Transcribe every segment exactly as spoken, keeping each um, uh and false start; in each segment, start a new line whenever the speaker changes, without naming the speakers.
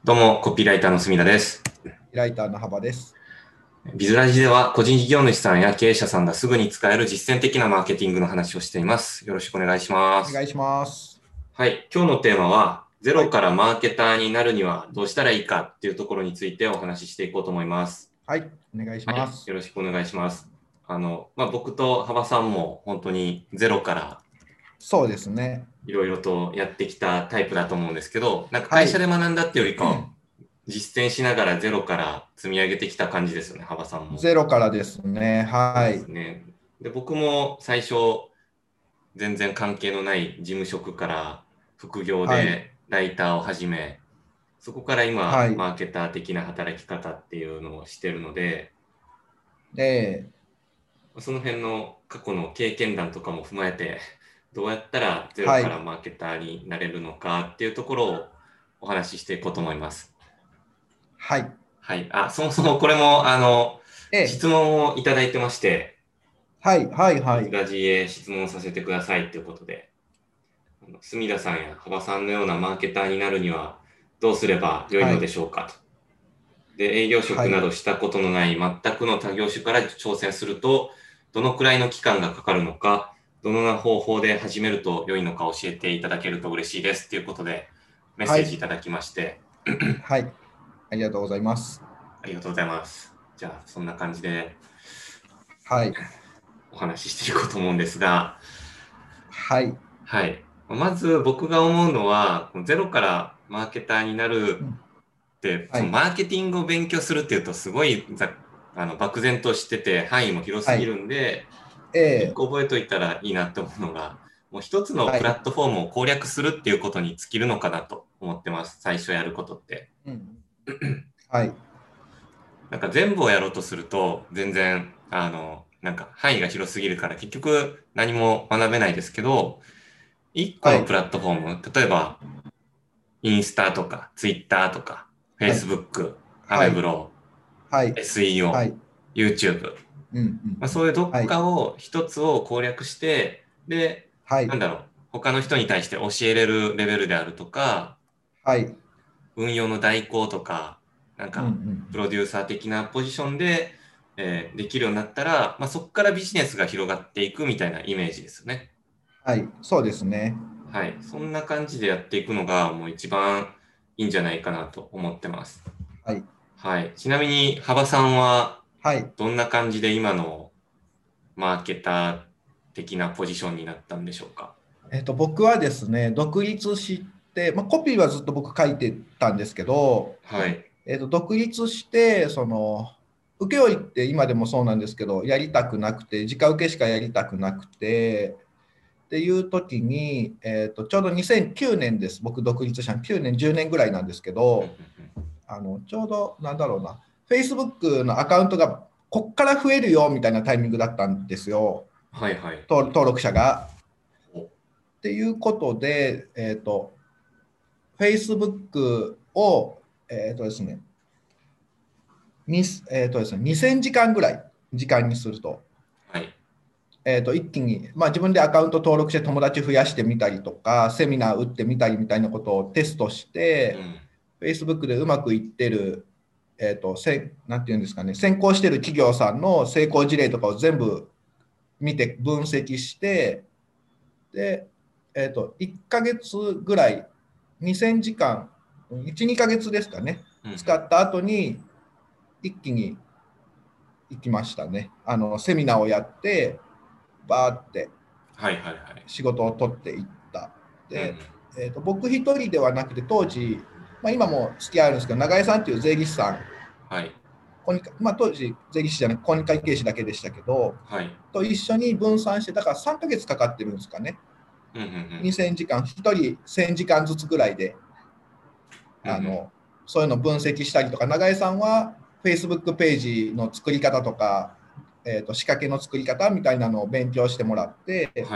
どうも、コピーライターの住田です。
ライターの幅です。
ビズラジでは、個人事業主さんや経営者さんがすぐに使える実践的なマーケティングの話をしています。よろしくお願いします。
お願いします。
はい、今日のテーマは、ゼ
はい。
ロからマーケターになるにはどうしたらいいかっていうところについてお話ししていこうと思います。
はい。お願いし
はい、
ます。
よろしくお願いします。あの、まあ、僕と幅さんも本当にゼロから
そうですね。
いろいろとやってきたタイプだと思うんですけど、なんか会社
はい。
で学んだっていうよりかは、実践しながらゼロから積み上げてきた感じですよね、幅さんも。
ゼロからですね。
そうで
はい。
すね。で、僕も最初、全然関係のない事務職から副業
はい。
でライターを始め、そこから今、
はい。
マーケター的な働き方っていうのをしてるので、
え
その辺の過去の経験談とかも踏まえて、どうやったらゼロ
はい。
からマーケターになれるのかっていうところをお話ししていこうと思います。
はい。
はい。あ、そもそもこれも、あの、質
え
問をいただいてまして、
はい。はい。はい。
ビズラジへ質問させてくださいということで、住田さんや幅さんのようなマーケターになるにはどうすれば良いので
はい。
しょうかと。で、営業職な
はい。
どしたことのない全くの他業種から挑戦すると、どのくらいの期間がかかるのか、どのような方法で始めると良いのか教えていただけると嬉しいですということで、メッ
はい。
セージいただきまして、
はい。ありがとうございます。
ありがとうございます。じゃあ、そんな感じで
はい。
お話ししていこうと思うんですが、
はい。
はい。まず僕が思うのは、ゼロからマーケターになる
うん。
で、
はい。
そのマーケティングを勉強するっていうとすごいざあの漠然としてて範囲も広すぎ
はい。
るんで、一
え
個覚えといたらいいなって思うのが、もう一つの
はい。
プラットフォームを攻略するっていうことに尽きるのかなと思ってます。最初やることって。
うん。はい。
なんか全部をやろうとすると全然あのなんか範囲が広すぎるから結局何も学べないですけど、一個
はい。
のプラットフォーム、例えばインスタとかツイッターとかフェイ
はい。
スブック、ア
はい。
メブロ、
はい。
エスイーオー、
はい。
YouTube、
うん。うん。う
まあ、
ん。
そういうどっ
はい。
かを一つを攻略して、で、
はい。
なんだろう、他の人に対して教えれるレベルであるとか、
はい。
運用の代行とか、なん
うん。う
か、プロ
ん。
デューサー的なポジションで、えーできるようになったら、まあ、そこからビジネスが広がっていくみたいなイメージですよね。
はい。そうですね。
はい。そんな感じでやっていくのがもう一番いいんじゃないかなと思ってます。
はい。
はい。ちなみに、幅さんは
はい。
どんな感じで今のマーケター的なポジションになったんでしょうか。
えっと、僕はですね、独立して、まあ、コピーはずっと僕書いてたんですけど、
はい。
えっと、独立して、その、請負って今でもそうなんですけど、やりたくなくて、直請けしかやりたくなくて、っていう時に、えっと、ちょうどにせんきゅうねんです、僕独立したの、きゅうねん、じゅうねんぐらいなんですけ
うんうん
ど、
うん、
あのちょうど、なんだろうな、Facebook のアカウントがこっから増えるよみたいなタイミングだったんですよ、
はいはい。
登登録者が。
お、
っていうことで、えっと、Facebook を、えっとですね、にえっとですね、にせんじかんぐらい時間にすると、
はい。
えっと、一気に、まあ、自分でアカウント登録して友達増やしてみたりとか、セミナー打ってみたりみたいなことをテストして、
うん。
Facebook でうまくいってる、えっと、せなんていうんですかね、先行してる企業さんの成功事例とかを全部見て分析して、で、えっと、いっかげつぐらい、にせんじかん、いち、にかげつですかね、
うんうん。
使った後に、一気に行きましたね。あの、セミナーをやって、バーって
はいはいはい。
仕事を取っていった。
うんうん。
で、えーと、僕一人ではなくて、当時、まあ、今も付き合いあるんですけど、永江さんっていう税理士さん、
はい。
公認まあ、当時、税理士じゃなく公認会計士だけでしたけど、
はい。
と一緒に分散して、だからさんかげつかかってるんですかね。
うんうんうん。
にせんじかん、ひとりせんじかんずつぐらいで、
うんうん。
あのそういうのを分析したりとか、永江さんは Facebook ページの作り方とか、えーと、仕掛けの作り方みたいなのを勉強してもらって、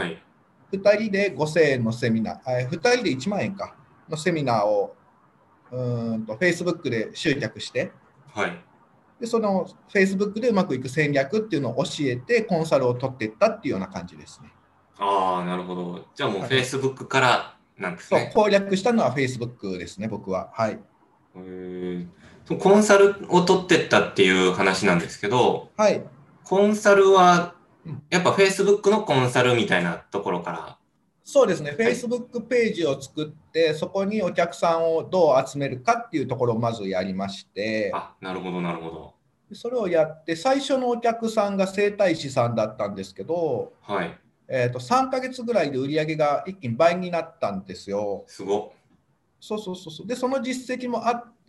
はい。
ふたりでごせんえんのセミナー、ふたりでいちまん円かのセミナーをうーんと Facebook で集客して、
はい。
でその Facebook でうまくいく戦略っていうのを教えて、コンサルを取っていったっていうような感じですね。
ああ、なるほど。じゃあもう
はい、
Facebook からなんです
そう、
ね。
攻略したのは Facebook ですね、僕は。はい。
へーそのコンサルを取ってったっていう話なんですけど、
はい。
コンサルは
うん、
やっぱ Facebook のコンサルみたいなところから
そうですね。
入っ
Facebook ページを作って、そこにお客さんをどう集めるかっていうところをまずやりまして、
あ、なるほど、なるほど。
それをやって、最初のお客さんが整体師さんだったんですけど、
はい。
えーと、さんかげつぐらいで売り上げが一気に倍になったんですよ。
すご。
そうそうそうそう。で、その実績もあって、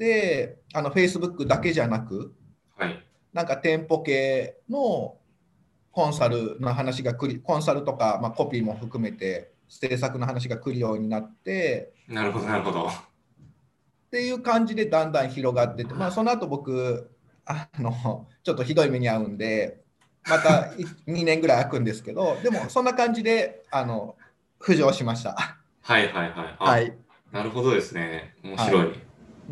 あの Facebook だけじゃなく、
はい。
なんか店舗系のコンサルの話が来る、コンサルとか、まあ、コピーも含めて制作の話が来るようになって、
なるほど、なるほど。
っていう感じでだんだん広がってて、まあ、その後僕あのちょっとひどい目に遭うんで、またにねんぐらい空くんですけど、でもそんな感じであの浮上しました。
はいはいはい。あ、
はい。
なるほどですね。面
はい。
白い。
うん、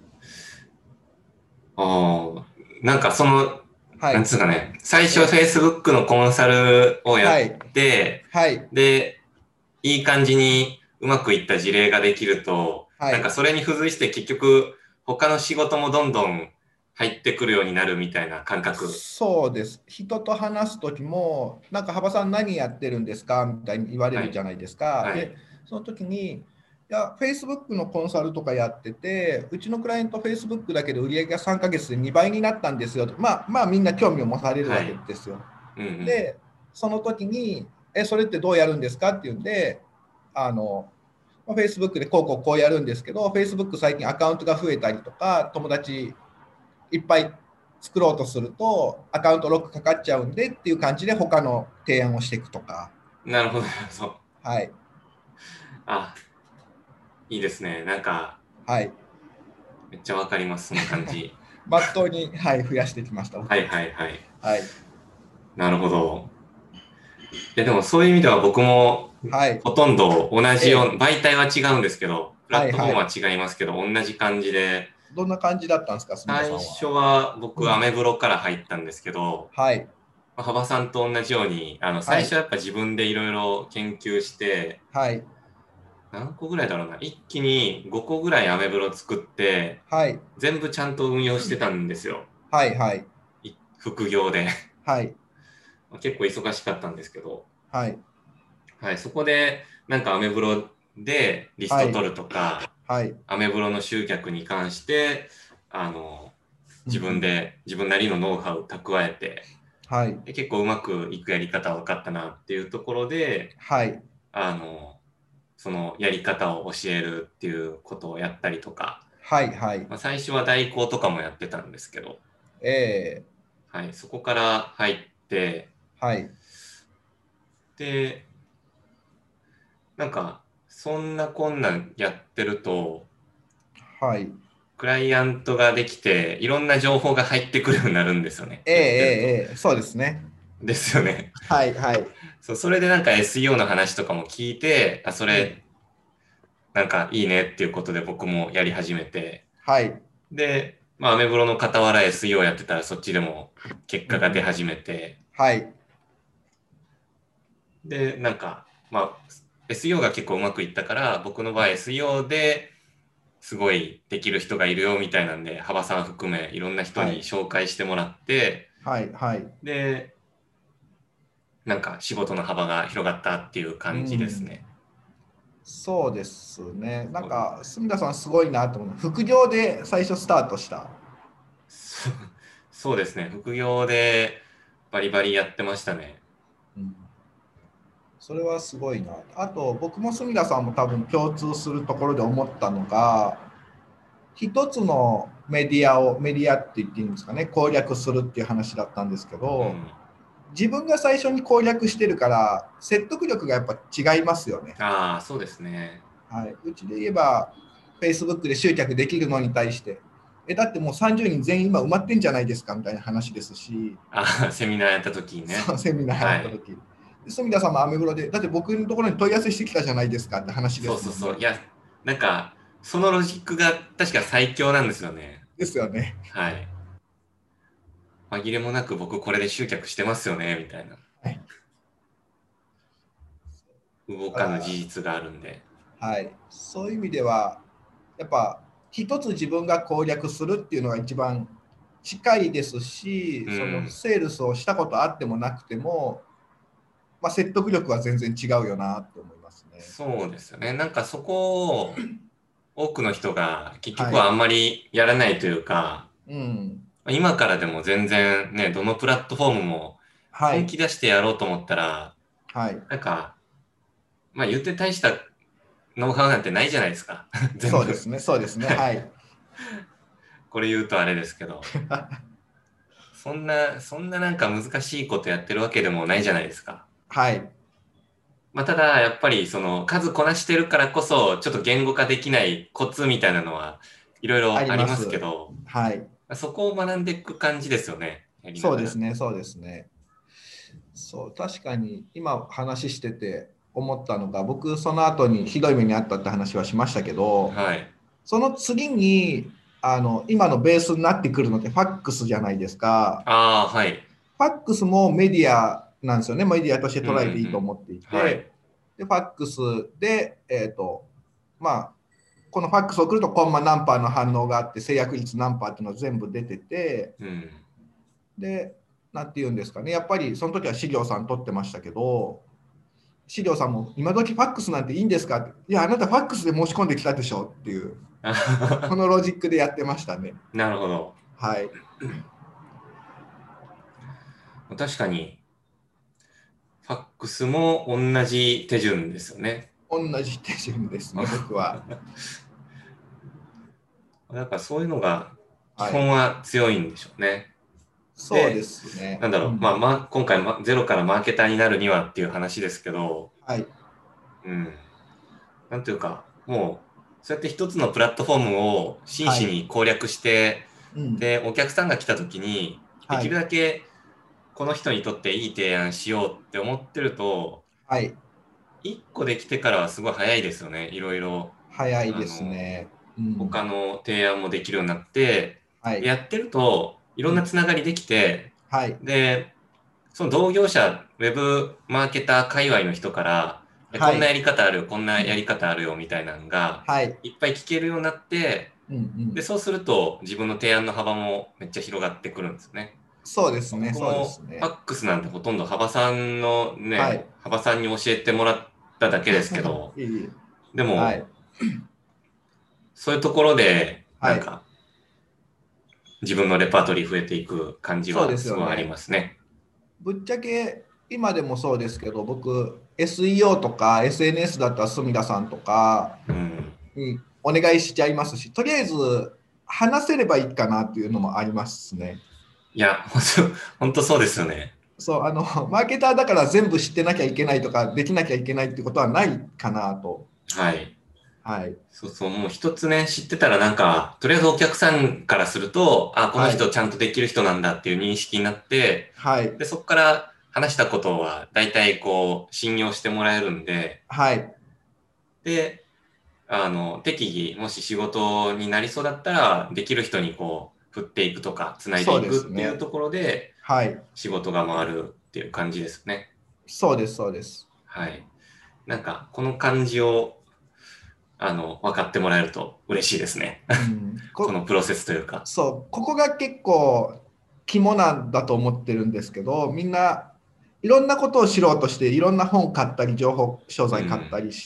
ああ、なんかその、なん
はい。
つうかね、最初
え、
Facebook のコンサルをやっ
はい。
て、
はい。
で、いい感じにうまくいった事例ができると、
はい。
なんかそれに付随して結局他の仕事もどんどん入ってくるようになるみたいな感覚。
そうです。人と話すときも、なんか、幅さん何やってるんですかみたいに言われ
はい。
るじゃないですか。で、
はい。
その時に、いや、Facebook のコンサルとかやってて、うちのクライアント、Facebook だけで売り上げがさんかげつでにばいになったんですよと。まあ、まあ、みんな興味を持たれるわけ
はい。
ですよ。
うんうん。
で、その時に、え、それってどうやるんですかっていうんで、あの、Facebook でこうこうこうやるんですけど、Facebook 最近アカウントが増えたりとか、友達いっぱい作ろうとするとアカウントロックかかっちゃうんでっていう感じで他の提案をしていくとか。
なるほど。そう。
はい。
あ、いいですね。なんか、
はい。
めっちゃわかります、その感じ。
まっとうに、はい、増やしてきました、僕
はい
は。
はいはい。
はい。
なるほど。いや、でもそういう意味では僕も
はい。
ほとんど同じよう、
ええ。
媒体は違うんですけど、プラットフォーム
はいはい。
は違いますけど、同じ感じで、
どんな感じだったんですか、住田さ
最
んは。
初は僕、ア
うん。
メブロから入ったんですけど、
はい。
まあ幅さんと同じように、あの、
はい。
最初はやっぱ自分でいろいろ研究して、
はい。
何個ぐらいだろうな、一気にごこぐらいアメブロ作って、
はい。
全部ちゃんと運用してたんですよ。
はい。はい。
い副業で。
はい。
結構忙しかったんですけど、
はい。
はい、そこでなんかアメブロでリス
はい。
ト取るとか、
はい。
アメブロの集客に関して、あの、自分
うんうん。
で自分なりのノウハウ蓄えて、
はい。
で結構うまくいくやり方分かったなっていうところで、
はい。
あの、そのやり方を教えるっていうことをやったりとか、
はい。はい。
まあ、最初は代行とかもやってたんですけど、
ええ。
はい、そこから入って、
はい。
で、なんか、そんなこんなんやってると、
はい。
クライアントができて、いろんな情報が入ってくるようになるんですよね。
ええ。
やってると。
ええ。ええ、そうですね。
ですよね。
はい。はい。
そう、それでなんか エスイーオー の話とかも聞いて、あ、そ
ええ。
れ、なんかいいねっていうことで僕もやり始めて、
はい。
で、まあ、アメブロの傍ら エスイーオー やってたらそっちでも結果が出
うんうん。
始めて、
はい。
で、なんか、まあ、エスイーオー が結構うまくいったから、僕の場合 エスイーオー ですごいできる人がいるよみたいなんで、幅さん含めいろんな人に
はい。
紹介してもらって、
はい。はい。
で、なんか仕事の幅が広がったっていう
う
感じです
ん。
ね。
そうですね。なんか、住田さんすごいなと思う。副業で最初スタートした。
そそうですね。副業でバリバリやってましたね。
うん。それはすごいな。あと、僕も住田さんも多分共通するところで思ったのが、一つのメディアを、メディアって言っていいんですかね、攻略するっていう話だったんですけど、
うん。
自分が最初に攻略してるから、説得力がやっぱ違いますよね。
ああ、そうですね。
はい、うちで言えば、Facebook で集客できるのに対して、え、だってもうさんじゅうにん全員今埋まってんじゃないですかみたいな話ですし、
ああ、セミナーやった時にね。
そのセミナーや
はい。
った時、で住田さんもアメブロで、だって僕のところに問い合わせしてきたじゃないですかって話で
そうそうそう。
すもんね。
いや、なんか、そのロジックが確か最強なんですよね。
ですよね。
はい。紛れもなく僕これで集客してますよね、みたいな。
はい、
動かぬ事
だから、
実があるんで。
はい、そういう意味では、やっぱ一つ自分が攻略するっていうのが一番近いですし、
うん
そのセールスをしたことあってもなくても、まあ、説得力は全然違うよなって思いますね。
そうですよね。なんかそこを多くの人が結
はい。
局はあんまりやらないというか、
うん。
今からでも全然ね、どのプラットフォームも
はい。
本気出してやろうと思ったら、
はい。
なんか、まあ言って大したノウハウなんてないじゃないですか。全部。
そうですね。そうですね。はい。
これ言うとあれですけど。そんな、そんななんか難しいことやってるわけでもないじゃないですか。
はい。
まあ、ただ、やっぱりその数こなしてるからこそ、ちょっと言語化できないコツみたいなのはいろい
あ
ろありますけ
ります。
ど、
はい。
そこを学んでいく感じですよね。やりながら。
そうですね。そうですね。そう、確かに今話してて思ったのが、僕その後にひどい目にあったって話はしましたけど、
はい。
その次にあの今のベースになってくるのってファックスじゃないですか。
ああ、はい。
ファックスもメディアなんですよね。メディアとして
うんうん
捉えていいと
うん。
思ってい
はい。
て、でファックスで、えっ、と、まあ、このファックスを送るとコンマ何パーの反応があって、制約率何パーっていうのが全部出てて、
うん。
で、なんて言うんですかね、やっぱりその時は資料さん取ってましたけど、資料さんも今時ファックスなんていいんですかって、いや、あなたファックスで申し込んできたでしょっていう、このロジックでやってましたね。
なるほど。
はい。
確かに、ファックスも同じ手順ですよね。
同じ手順ですね、僕は。
だからそういうのが基
はい。
本は強いんでしょうね。
そうで
で、
すね。
なんだろう、まあ、
うん。
まあ、今回、ま、ゼロからマーケターになるにはっていう話ですけど、
はい。
うん。なんていうか、もう、そうやって一つのプラットフォームを真
はい。
摯に攻略して、
うん。
で、お客さんが来た時に、できる
はい。
だけこの人にとっていい提案しようって思ってると、
はい。
一個できてからはすごい早いですよね。いろいろ、あ
早いです
の、
ね。うん。
他の提案もできるようになって、で
はい。
やってると、いろんな
うん。
つながりできて、
はい。
で、その同業者、ウェブマーケター界隈の人から、えこんなや
はい。
り方あるよ、こんなやり方あるよ、みたいなのが、
はい。
いっぱい聞けるようになって、
うんうん。
で、そうすると自分の提案の幅もめっちゃ広がってくるんですよね。まあ
そうですね。そうです
僕もファ
ね。
ックスなんてほとんど幅さんのね、
はい。
幅さんに教えてもらっただけですけど、
いい。
でも、
はい。
そういうところで、な
はい。
んか自分のレパートリー増えていく感じ
そうで
はすごいあり
すよね。
ますね。
ぶっちゃけ今でもそうですけど、僕 エスイーオー とか エスエヌエス だったら隅田さんとか
うん。
にお願いしちゃいますし、とりあえず話せればいいかなっていうのもありますね。
いや、ほんと、ほんとそうですよね。
そう、あの、マーケターだから全部知ってなきゃいけないとか、できなきゃいけないってことはないかなと。
はい。
はい。
そうそう、もう一つね、知ってたらなんか、とりあえずお客さんからすると、あ、この
はい。
人ちゃんとできる人なんだっていう認識になって、
はい。
で、そこから話したことは大体こう、信用してもらえるんで、
はい。
で、あの、適宜、もし仕事になりそうだったら、できる人にこう、振っていくとか、つないで
そうで
いく
すね。
っていうところで、
はい。
仕事が回るっていう感じですね。
そうです、そうです。
はい。なんか、この感じを、あの、分かってもらえると嬉しいですね。
うん。
この
こ、
プロセスというか。
そう、ここが結構肝なんだと思ってるんですけど、みんないろんなことを知ろうとして、いろんな本買ったり、情報商材買った
うん。
りして、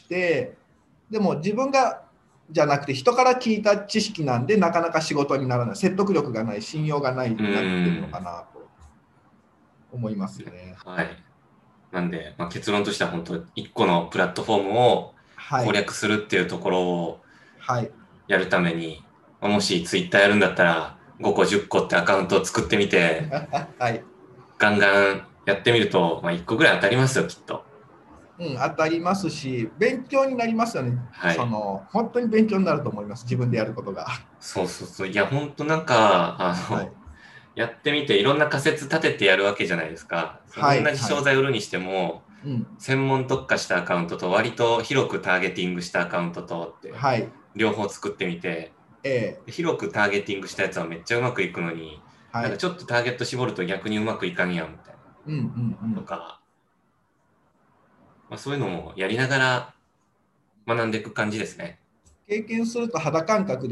でも自分がじゃなくて人から聞いた知識なんで、なかなか仕事にならない、説得力がない、信用がない
う
になってるのか
ん。
なと思いますね。
はい。なんで、まあ、結論としては本当、一個のプラットフォームを攻
はい。
略するっていうところを
はい。
やるために、まあもしツイッターやるんだったら、ごこ、じゅっこってアカウントを作ってみて、
はい。
ガンガンやってみると、まあ、いっこぐらい当たりますよ、きっと。
うん、当たりますし、勉強になりますよね。
はい。
その、本当に勉強になると思います。自分でやることが。
そうそうそう。いや、本当なんか、あの、
はい。
やってみていろんな仮説立ててやるわけじゃないですか。その
はい。
同じ
はい。
商材を売るにしても、
うん。
専門特化したアカウントと割と広くターゲティングしたアカウントとって
はい。
両方作ってみて、
ええ。
広くターゲティングしたやつはめっちゃうまくいくのに、
はい。
なんかちょっとターゲット絞ると逆にうまくいかんやんみたいな
うんうんうん。
とか、まあ、そういうのもやりながら学んでいく感じですね。
経験すると肌感覚で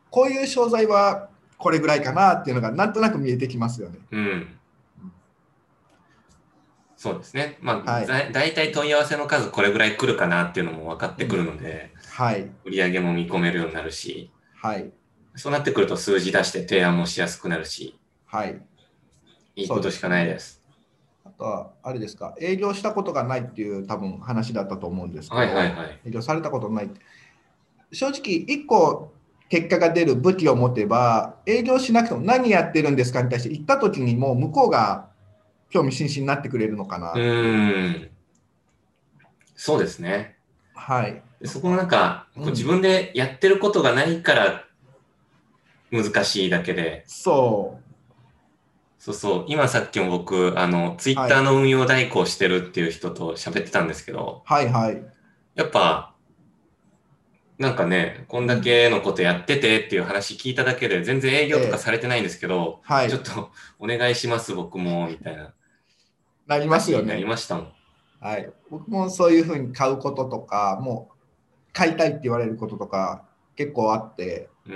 こういう商材はこれぐらいかなっていうのがなんとなく見えてきますよね。
うん。そうですね。まあ、
はい。
だ、だいたい問い合わせの数これぐらい来るかなっていうのも分かってくる
うん、
ので、
はい。
売り上げも見込めるようになるし、
はい。
そうなってくると数字出して提案もしやすくなるし、
はい。
いい
そう
ことしかない
ですね。
です。
あとは、あれですか、営業したことがないっていう多分話だったと思うんですけ
はいはい
ど、
はい。
営業されたことない。正直、いっこ結果が出る武器を持てば、営業しなくても何やってるんですかに対して言ったときにもう向こうが興味津々になってくれるのか
う
なっていう。
ーん。そうですね。
はい。
でそこの
なんか、
なんか、こう自
うん。
分でやってることがないから難しいだけで、
そう。
そうそう、今さっきも僕、あの、ツイッ
はい。
ターの運用代行してるっていう人と喋ってたんですけど、
はいはい。
やっぱ、なんかね、こんだ
うん。
けのことやっててっていう話聞いただけで、全然営業とか
ええ、
されてないんですけど、
はい。
ちょっとお願いします、僕も、みたいな
なります
話になり
よね。
ましたもん。
はい。僕もそういうふうに買うこととか、もう買いたいって言われることとか結構あって、
うん。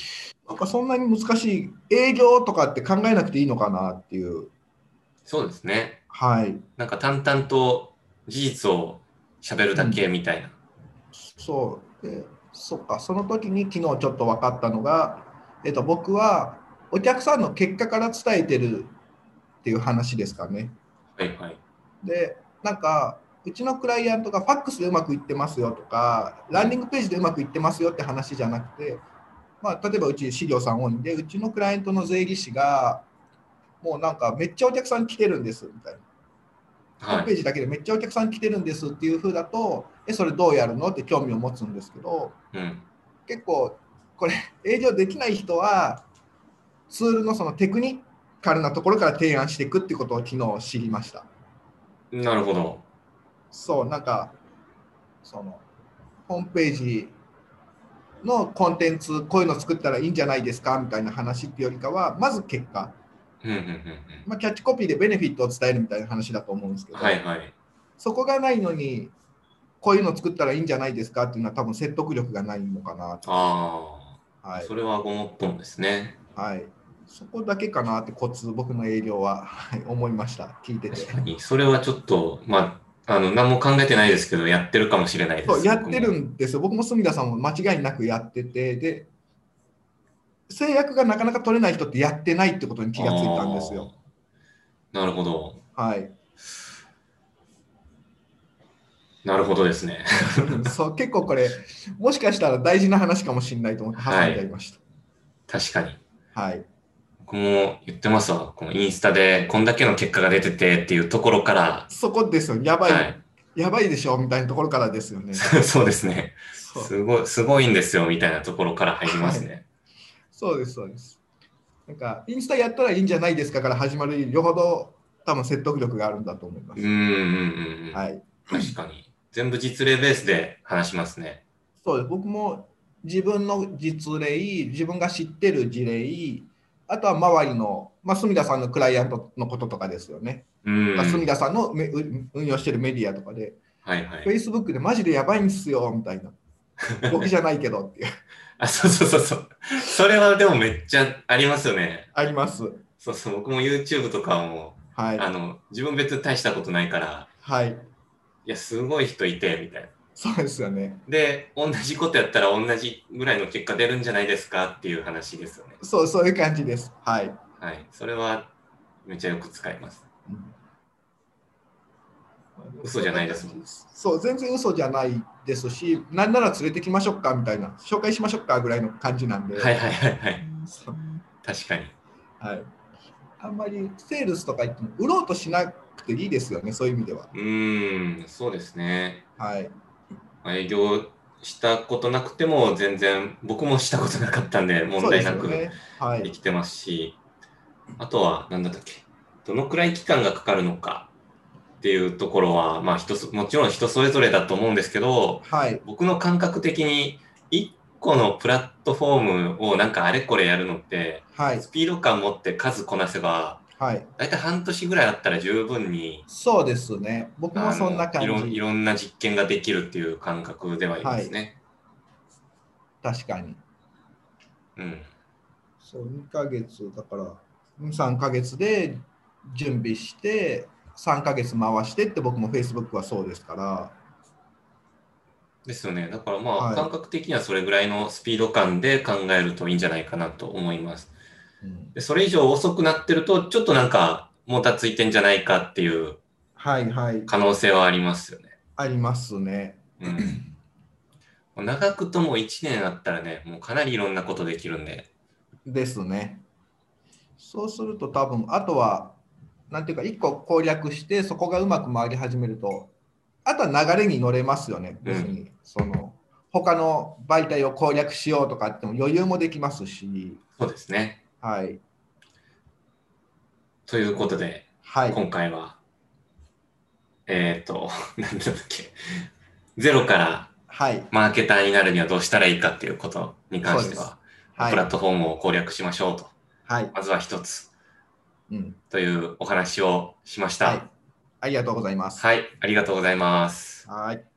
なんかそんなに難しい営業とかって考えなくていいのかなっていう。
そうですね。
はい。
なんか淡々と事実を喋るだけ
うん。
みたいな。
そう。で、そっか。その時に昨日ちょっと分かったのが、えっと、僕はお客さんの結果から伝えてるっていう話ですかね。
はいはい。
で、なんか、うちのクライアントがファックスでうまくいってますよとか、
うん。
ランディングページでうまくいってますよって話じゃなくて、まあ、例えばうち資料さん多いんで、うちのクライアントの税理士が、もうなんかめっちゃお客さん来てるんですみたいな。ホー
はい。
ムページだけでめっちゃお客さん来てるんですっていう風だと、え、それどうやるのって興味を持つんですけど、
うん。
結構、これ、営業できない人は、ツールのそのテクニカルなところから提案していくってことを昨日知りました。
なるほど。
そう、なんか、その、ホームページのコンテンツ、こういうの作ったらいいんじゃないですかみたいな話っていうよりかは、まず結果、
うんうんうんうん。
まあ、キャッチコピーでベネフィットを伝えるみたいな話だと思うんですけど、
はいはい。
そこがないのに、こういうの作ったらいいんじゃないですかっていうのは多分説得力がないのかなっていう。
ああ、
はい。
それはごもっともですね。
はい。そこだけかなってコツ、僕の営業は、はい、思いました。聞いてて。
確かに、それはちょっと、まあ、あの、何も考えてないですけど、やってるかもしれないで
そう、
す、
やってる
僕も。
んですよ。僕も住田さんも間違いなくやってて、で、制約がなかなか取れない人ってやってないってことに気がついたんですよ。
ああ、なるほど。
はい。
なるほどですね。
そう、結構これ、もしかしたら大事な話かもしれないと思って挟んじゃい
はい。
ました。
確かに。
はい。
僕も言ってますわ。このインスタでこんだけの結果が出ててっていうところから、
そこですよ。やばい、
はい。
やばいでしょみたいなところからですよね。
そうですね。
そう。
すごい、すごいんですよ、みたいなところから入りま
はい。
すね。
そうです、そうです。なんか、インスタやったらいいんじゃないですかから始まるよほど、多分説得力があるんだと思います。
うん、うん、うん、うん。
はい。
確かに。全部実例ベースで話しますね。
そうです。僕も自分の実例、自分が知ってる事例、あとは周りの、まあ、住田さんのクライアントのこととかですよね。
う
とか、住
ん。
田さんのめ運用してるメディアとかで、
はいはい。
Facebook でマジでやばいんすよ、みたいな。僕じゃないけどっていう。
あ、そうそうそうそう。それはでもめっちゃありますよね。
あります。
そうそう。僕も YouTube とかも、
はい。
あの、自分別に大したことないから、
はい。
いや、すごい人いて、みたいな。
そうですよね。
で、同じことやったら同じぐらいの結果出るんじゃないですかっていう話ですよね。
そう、そういう感じです。はい。
はい。それはめっちゃよく使います。
うん、
嘘
そんな
じゃないですもん。
感じです。そう、全然嘘じゃないですし、なんなら連れてきましょうかみたいな、紹介しましょうかぐらいの感じなんで、
はいはいはいはい。
そう、
確かに。
はい。あんまりセールスとか言っても売ろうとしなくていいですよね、そういう意味では。
うーん、そうですね。
はい。
まあ営業したことなくても全然、僕もしたことなかったんで問
そうで
題なく
すよね。はい。
できてますし、あとは、なんだったっけ、どのくらい期間がかかるのかっていうところは、まあ人そ、もちろん人それぞれだと思うんですけど、
はい。
僕の感覚的にいっこのプラットフォームをなんかあれこれやるのって、
はい。
スピード感持って数こなせば、
はい。
だいたい半年ぐらいあったら十分に、
そうですね。僕もそんな
あの、いろん、い
感じ。
ろんな実験ができるっていう感覚ではいま
はい。
すね。
確かに。
うん
そう、にかげつだから、さんかげつで準備して、さんかげつ回してって僕も Facebook はそうですから。
ですよね。だからまあ、
はい。
感覚的にはそれぐらいのスピード感で考えるといいんじゃないかなと思います。
うん、
でそれ以上遅くなってると、ちょっとなんか、もたついてんじゃないかっていう
はいはい。
可能性はありますよね。
ありますね。
うん。長くともいちねんあったらね、もうかなりいろんなことできるんで。
ですね。そうすると多分、あとは、なんていうか、いっこ攻略して、そこがうまく回り始めると、あとは流れに乗れますよね。
うん。
別に、その、他の媒体を攻略しようとかっても余裕もできますし、
そうですね。
はい。
ということで、
はい。
今回は、えっと、なんだっけ、ゼロから
はい。
マーケターになるにはどうしたらいいかっていうことに関
そうです。
しては、
はい。
プラットフォームを攻略しましょうと。
はい。
まずは一つ
うん。
というお話をしまし
はい。
た。
ありがとうございます。
はい、ありがとうございます。
はい。